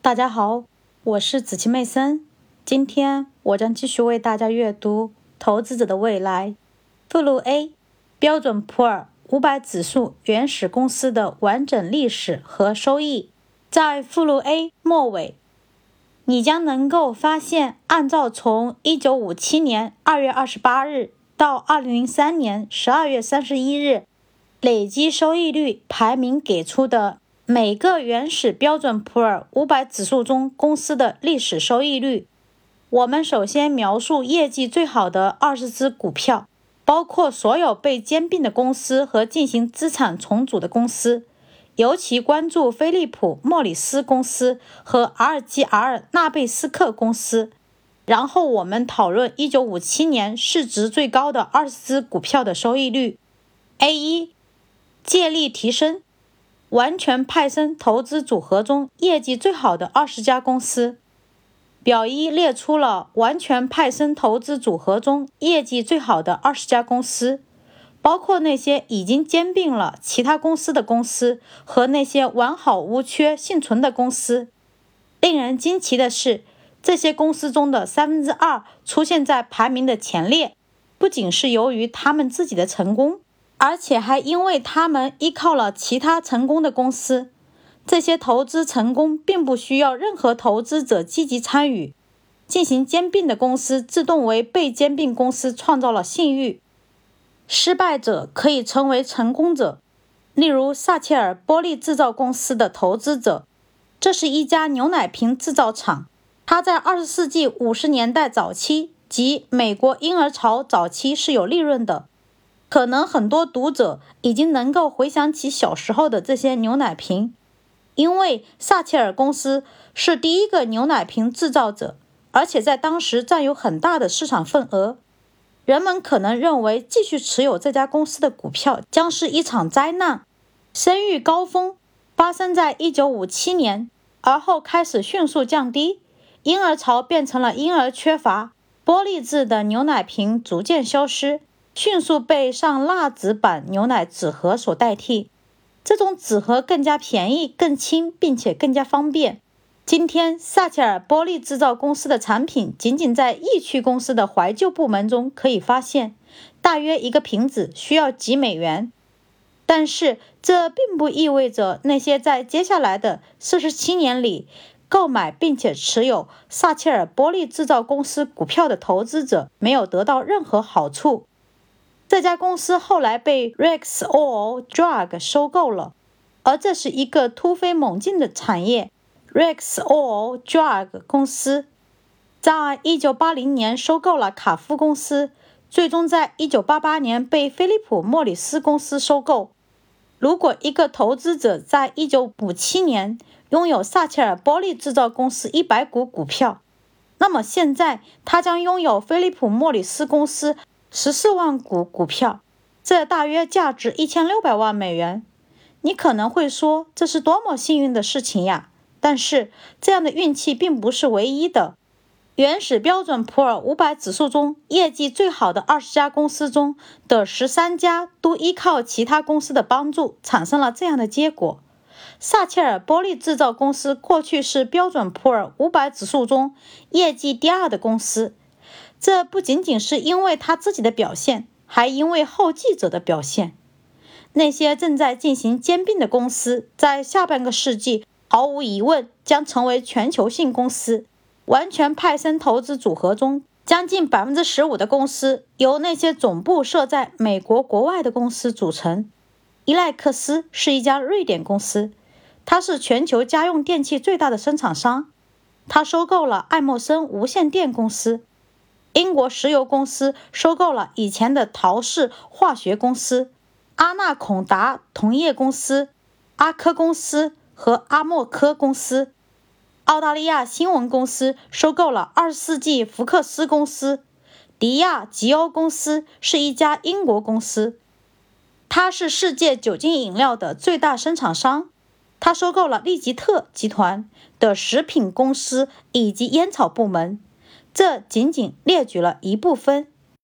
大家好，我是子期妹森。今天我将继续为大家阅读《投资者的未来》附录 A 标准普尔500指数原始公司的完整历史和收益。在附录 A 末尾，你将能够发现，按照从1957年2月28日到2003年12月31日累积收益率排名给出的每个原始标准普尔500指数中公司的历史收益率。我们首先描述业绩最好的20只股票，包括所有被兼并的公司和进行资产重组的公司，尤其关注菲利普莫里斯公司和RGR纳贝斯克公司。然后我们讨论1957年市值最高的20只股票的收益率。A1 借力提升完全派生投资组合中业绩最好的20家公司。表一列出了完全派生投资组合中业绩最好的20家公司，包括那些已经兼并了其他公司的公司和那些完好无缺幸存的公司。令人惊奇的是，这些公司中的2%出现在排名的前列，不仅是由于他们自己的成功，而且还因为他们依靠了其他成功的公司。这些投资成功并不需要任何投资者积极参与，进行兼并的公司自动为被兼并公司创造了信誉。失败者可以成为成功者，例如撒切尔玻璃制造公司的投资者。这是一家牛奶瓶制造厂，它在20世纪50年代早期及美国婴儿潮早期是有利润的。可能很多读者已经能够回想起小时候的这些牛奶瓶，因为撒切尔公司是第一个牛奶瓶制造者，而且在当时占有很大的市场份额。人们可能认为继续持有这家公司的股票将是一场灾难。声誉高峰发生在1957年，而后开始迅速降低。婴儿潮变成了婴儿缺乏，玻璃制的牛奶瓶逐渐消失，迅速被上蜡纸板牛奶纸盒所代替。这种纸盒更加便宜、更轻，并且更加方便。今天，撒切尔玻璃制造公司的产品仅仅在易趣公司的怀旧部门中可以发现，大约一个瓶子需要几美元。但是，这并不意味着那些在接下来的47年里购买并且持有撒切尔玻璃制造公司股票的投资者没有得到任何好处。这家公司后来被 Rex Oil Drug 收购了，而这是一个突飞猛进的产业。Rex Oil Drug 公司在1980年收购了卡夫公司，最终在1988年被菲利普莫里斯公司收购。如果一个投资者在1957年拥有撒切尔玻璃制造公司100股股票，那么现在他将拥有菲利普莫里斯公司14万股股票，这大约价值1600万美元。你可能会说，这是多么幸运的事情呀！但是这样的运气并不是唯一的。原始标准普尔500指数中业绩最好的20家公司中的13家都依靠其他公司的帮助产生了这样的结果。撒切尔玻璃制造公司过去是标准普尔500指数中业绩第2的公司，这不仅仅是因为他自己的表现，还因为后继者的表现。那些正在进行兼并的公司在下半个世纪毫无疑问将成为全球性公司。完全派生投资组合中将近 15% 的公司由那些总部设在美国国外的公司组成。伊赖克斯是一家瑞典公司，它是全球家用电器最大的生产商。它收购了爱默生无线电公司。英国石油公司收购了以前的陶氏化学公司、阿纳孔达铜业公司、阿科公司和阿默科公司。澳大利亚新闻公司收购了20世纪福克斯公司。迪亚吉欧公司是一家英国公司，它是世界酒精饮料的最大生产商。它收购了利吉特集团的食品公司以及烟草部门。这仅仅列举了一部分。